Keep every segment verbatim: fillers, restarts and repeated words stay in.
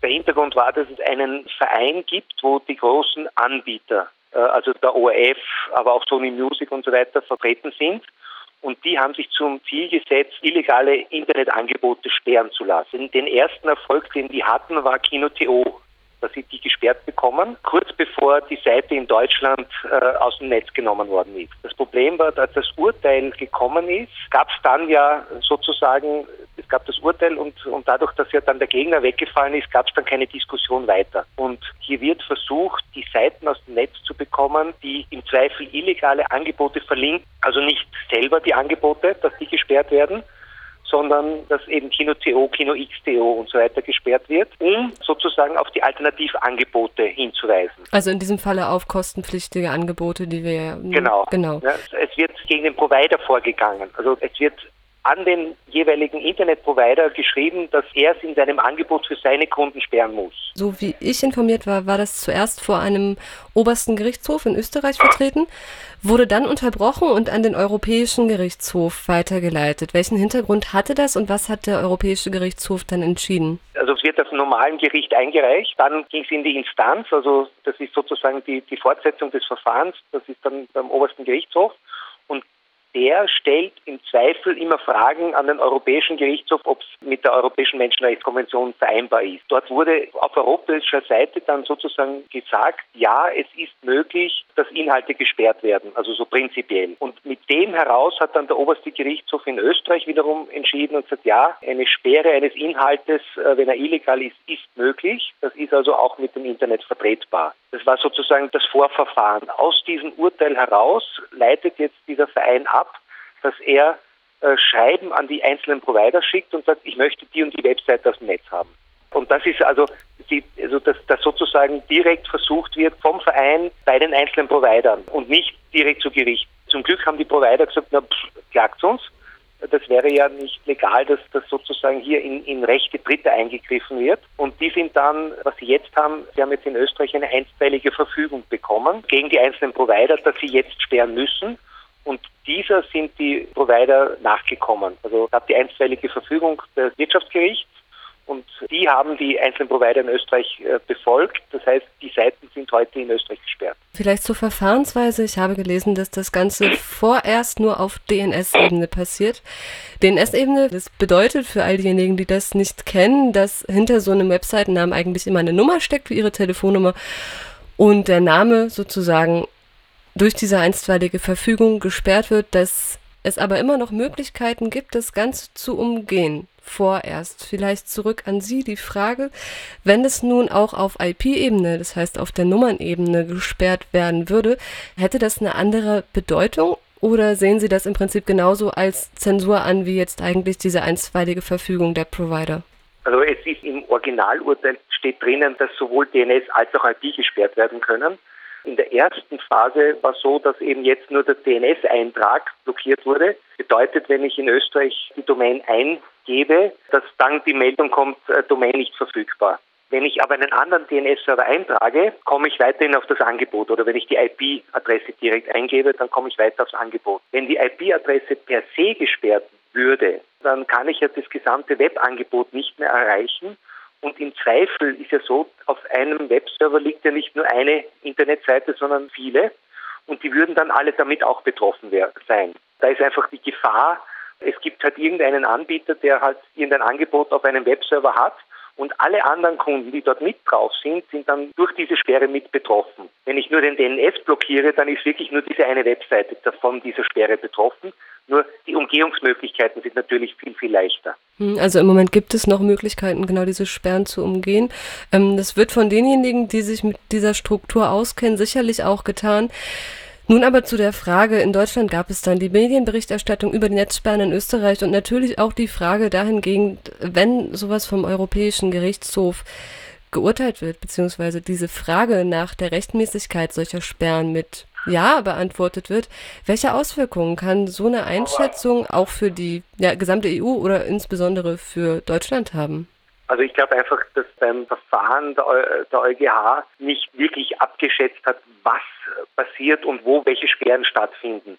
Der Hintergrund war, dass es einen Verein gibt, wo die großen Anbieter, also der O R F, aber auch Sony Music und so weiter vertreten sind. Und die haben sich zum Ziel gesetzt, illegale Internetangebote sperren zu lassen. Den ersten Erfolg, den die hatten, war Kino Punkt T O, dass sie die gesperrt bekommen, kurz bevor die Seite in Deutschland äh, aus dem Netz genommen worden ist. Das Problem war, dass das Urteil gekommen ist, gab es dann ja sozusagen, es gab das Urteil und, und dadurch, dass ja dann der Gegner weggefallen ist, gab es dann keine Diskussion weiter. Und hier wird versucht, die Seiten aus dem Netz zu bekommen, die im Zweifel illegale Angebote verlinken, also nicht selber die Angebote, dass die gesperrt werden, sondern dass eben Kino Punkt T O, Kino X Punkt T O und so weiter gesperrt wird, um sozusagen auf die Alternativangebote hinzuweisen. Also in diesem Falle auf kostenpflichtige Angebote, die wir... Genau. genau. Ja, es wird gegen den Provider vorgegangen. Also es wird an den jeweiligen Internetprovider geschrieben, dass er es in seinem Angebot für seine Kunden sperren muss. So wie ich informiert war, war das zuerst vor einem obersten Gerichtshof in Österreich vertreten, wurde dann unterbrochen und an den Europäischen Gerichtshof weitergeleitet. Welchen Hintergrund hatte das und was hat der Europäische Gerichtshof dann entschieden? Also es wird auf dem normalen Gericht eingereicht, dann ging es in die Instanz, also das ist sozusagen die, die Fortsetzung des Verfahrens, das ist dann beim obersten Gerichtshof. Und der stellt im Zweifel immer Fragen an den Europäischen Gerichtshof, ob es mit der Europäischen Menschenrechtskonvention vereinbar ist. Dort wurde auf europäischer Seite dann sozusagen gesagt, ja, es ist möglich, dass Inhalte gesperrt werden, also so prinzipiell. Und mit dem heraus hat dann der oberste Gerichtshof in Österreich wiederum entschieden und gesagt, ja, eine Sperre eines Inhaltes, wenn er illegal ist, ist möglich. Das ist also auch mit dem Internet vertretbar. Das war sozusagen das Vorverfahren. Aus diesem Urteil heraus leitet jetzt dieser Verein ab, dass er äh, Schreiben an die einzelnen Provider schickt und sagt, ich möchte die und die Webseite aus dem Netz haben. Und das ist also, die, also dass, dass sozusagen direkt versucht wird vom Verein bei den einzelnen Providern und nicht direkt zu Gericht. Zum Glück haben die Provider gesagt, na, pff, klagt uns. Das wäre ja nicht legal, dass das sozusagen hier in, in Rechte Dritter eingegriffen wird. Und die sind dann, was sie jetzt haben, sie haben jetzt in Österreich eine einstweilige Verfügung bekommen gegen die einzelnen Provider, dass sie jetzt sperren müssen. Und dieser sind die Provider nachgekommen. Also es gab die einstweilige Verfügung des Wirtschaftsgerichts und die haben die einzelnen Provider in Österreich äh, befolgt. Das heißt, die Seiten sind heute in Österreich gesperrt. Vielleicht zur Verfahrensweise. Ich habe gelesen, dass das Ganze vorerst nur auf D N S-Ebene passiert. D N S-Ebene, das bedeutet für all diejenigen, die das nicht kennen, dass hinter so einem Webseitennamen eigentlich immer eine Nummer steckt, wie ihre Telefonnummer, und der Name sozusagen durch diese einstweilige Verfügung gesperrt wird, dass es aber immer noch Möglichkeiten gibt, das Ganze zu umgehen. Vorerst. Vielleicht zurück an Sie die Frage, wenn es nun auch auf I P-Ebene, das heißt auf der Nummernebene gesperrt werden würde, hätte das eine andere Bedeutung oder sehen Sie das im Prinzip genauso als Zensur an, wie jetzt eigentlich diese einstweilige Verfügung der Provider? Also es ist im Originalurteil steht drinnen, dass sowohl D N S als auch I P gesperrt werden können. In der ersten Phase war es so, dass eben jetzt nur der D N S-Eintrag blockiert wurde. Bedeutet, wenn ich in Österreich die Domain eingebe, dass dann die Meldung kommt, äh, Domain nicht verfügbar. Wenn ich aber einen anderen D N S-Server eintrage, komme ich weiterhin auf das Angebot. Oder wenn ich die I P-Adresse direkt eingebe, dann komme ich weiter aufs Angebot. Wenn die I P-Adresse per se gesperrt würde, dann kann ich ja das gesamte Webangebot nicht mehr erreichen. Und im Zweifel ist ja so, auf einem Webserver liegt ja nicht nur eine Internetseite, sondern viele. Und die würden dann alle damit auch betroffen sein. Da ist einfach die Gefahr, es gibt halt irgendeinen Anbieter, der halt irgendein Angebot auf einem Webserver hat. Und alle anderen Kunden, die dort mit drauf sind, sind dann durch diese Sperre mit betroffen. Wenn ich nur den D N S blockiere, dann ist wirklich nur diese eine Webseite von dieser Sperre betroffen. Nur die Umgehungsmöglichkeiten sind natürlich viel, viel leichter. Also im Moment gibt es noch Möglichkeiten, genau diese Sperren zu umgehen. Das wird von denjenigen, die sich mit dieser Struktur auskennen, sicherlich auch getan. Nun aber zu der Frage, in Deutschland gab es dann die Medienberichterstattung über die Netzsperren in Österreich und natürlich auch die Frage dahingehend, wenn sowas vom Europäischen Gerichtshof geurteilt wird, beziehungsweise diese Frage nach der Rechtmäßigkeit solcher Sperren mit Ja beantwortet wird, welche Auswirkungen kann so eine Einschätzung auch für die ja, gesamte E U oder insbesondere für Deutschland haben? Also ich glaube einfach, dass beim Verfahren der, Eu- der EuGH nicht wirklich abgeschätzt hat, was passiert und wo welche Sperren stattfinden.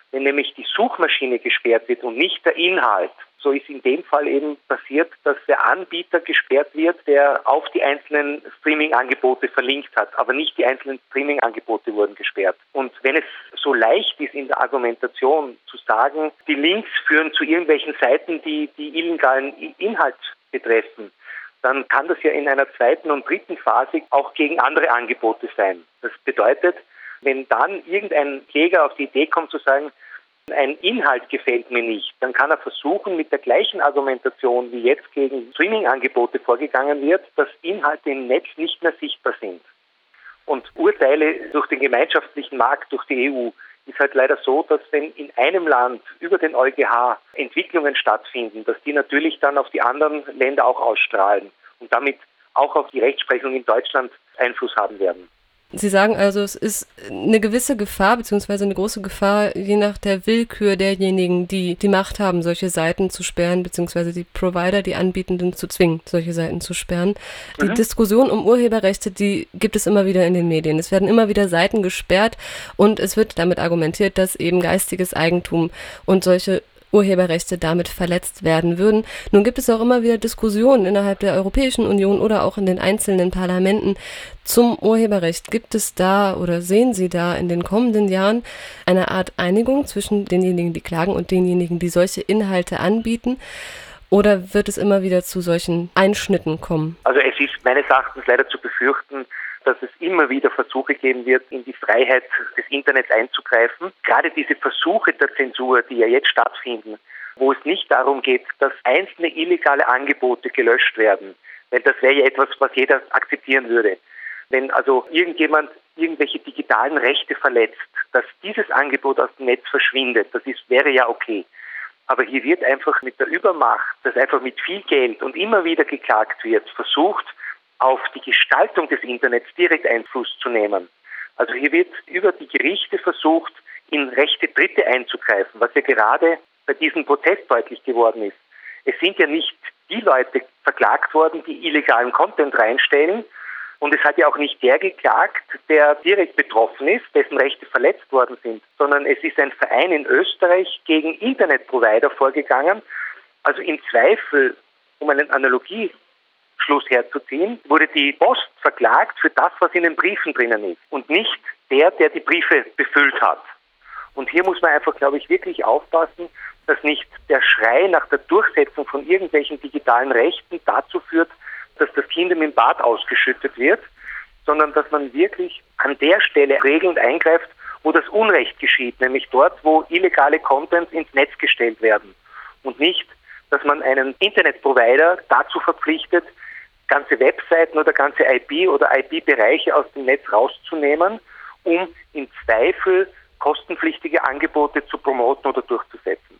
Wenn nämlich die Suchmaschine gesperrt wird und nicht der Inhalt, so ist in dem Fall eben passiert, dass der Anbieter gesperrt wird, der auf die einzelnen Streaming-Angebote verlinkt hat, aber nicht die einzelnen Streaming-Angebote wurden gesperrt. Und wenn es so leicht ist in der Argumentation zu sagen, die Links führen zu irgendwelchen Seiten, die die illegalen Inhalt betreffen, dann kann das ja in einer zweiten und dritten Phase auch gegen andere Angebote sein. Das bedeutet, wenn dann irgendein Kläger auf die Idee kommt zu sagen, ein Inhalt gefällt mir nicht, dann kann er versuchen, mit der gleichen Argumentation, wie jetzt gegen Streaming-Angebote vorgegangen wird, dass Inhalte im Netz nicht mehr sichtbar sind. Und Urteile durch den gemeinschaftlichen Markt, durch die E U, ist halt leider so, dass wenn in einem Land über den EuGH Entwicklungen stattfinden, dass die natürlich dann auf die anderen Länder auch ausstrahlen und damit auch auf die Rechtsprechung in Deutschland Einfluss haben werden. Sie sagen also, es ist eine gewisse Gefahr, beziehungsweise eine große Gefahr, je nach der Willkür derjenigen, die die Macht haben, solche Seiten zu sperren, beziehungsweise die Provider, die Anbietenden zu zwingen, solche Seiten zu sperren. Die mhm. Diskussion um Urheberrechte, die gibt es immer wieder in den Medien. Es werden immer wieder Seiten gesperrt und es wird damit argumentiert, dass eben geistiges Eigentum und solche Urheberrechte damit verletzt werden würden. Nun gibt es auch immer wieder Diskussionen innerhalb der Europäischen Union oder auch in den einzelnen Parlamenten zum Urheberrecht. Gibt es da oder sehen Sie da in den kommenden Jahren eine Art Einigung zwischen denjenigen, die klagen und denjenigen, die solche Inhalte anbieten? Oder wird es immer wieder zu solchen Einschnitten kommen? Also es ist meines Erachtens leider zu befürchten, dass es immer wieder Versuche geben wird, in die Freiheit des Internets einzugreifen. Gerade diese Versuche der Zensur, die ja jetzt stattfinden, wo es nicht darum geht, dass einzelne illegale Angebote gelöscht werden, weil das wäre ja etwas, was jeder akzeptieren würde. Wenn also irgendjemand irgendwelche digitalen Rechte verletzt, dass dieses Angebot aus dem Netz verschwindet, das ist, wäre ja okay. Aber hier wird einfach mit der Übermacht, dass einfach mit viel Geld und immer wieder geklagt wird, versucht, auf die Gestaltung des Internets direkt Einfluss zu nehmen. Also hier wird über die Gerichte versucht, in Rechte Dritte einzugreifen, was ja gerade bei diesem Prozess deutlich geworden ist. Es sind ja nicht die Leute verklagt worden, die illegalen Content reinstellen, und es hat ja auch nicht der geklagt, der direkt betroffen ist, dessen Rechte verletzt worden sind, sondern es ist ein Verein in Österreich gegen Internetprovider vorgegangen. Also im Zweifel, um eine Analogie Schluss herzuziehen, wurde die Post verklagt für das, was in den Briefen drinnen ist und nicht der, der die Briefe befüllt hat. Und hier muss man einfach, glaube ich, wirklich aufpassen, dass nicht der Schrei nach der Durchsetzung von irgendwelchen digitalen Rechten dazu führt, dass das Kind im Bad ausgeschüttet wird, sondern dass man wirklich an der Stelle regelnd eingreift, wo das Unrecht geschieht, nämlich dort, wo illegale Contents ins Netz gestellt werden. Und nicht, dass man einen Internetprovider dazu verpflichtet, ganze Webseiten oder ganze I P oder I P-Bereiche aus dem Netz rauszunehmen, um im Zweifel kostenpflichtige Angebote zu promoten oder durchzusetzen.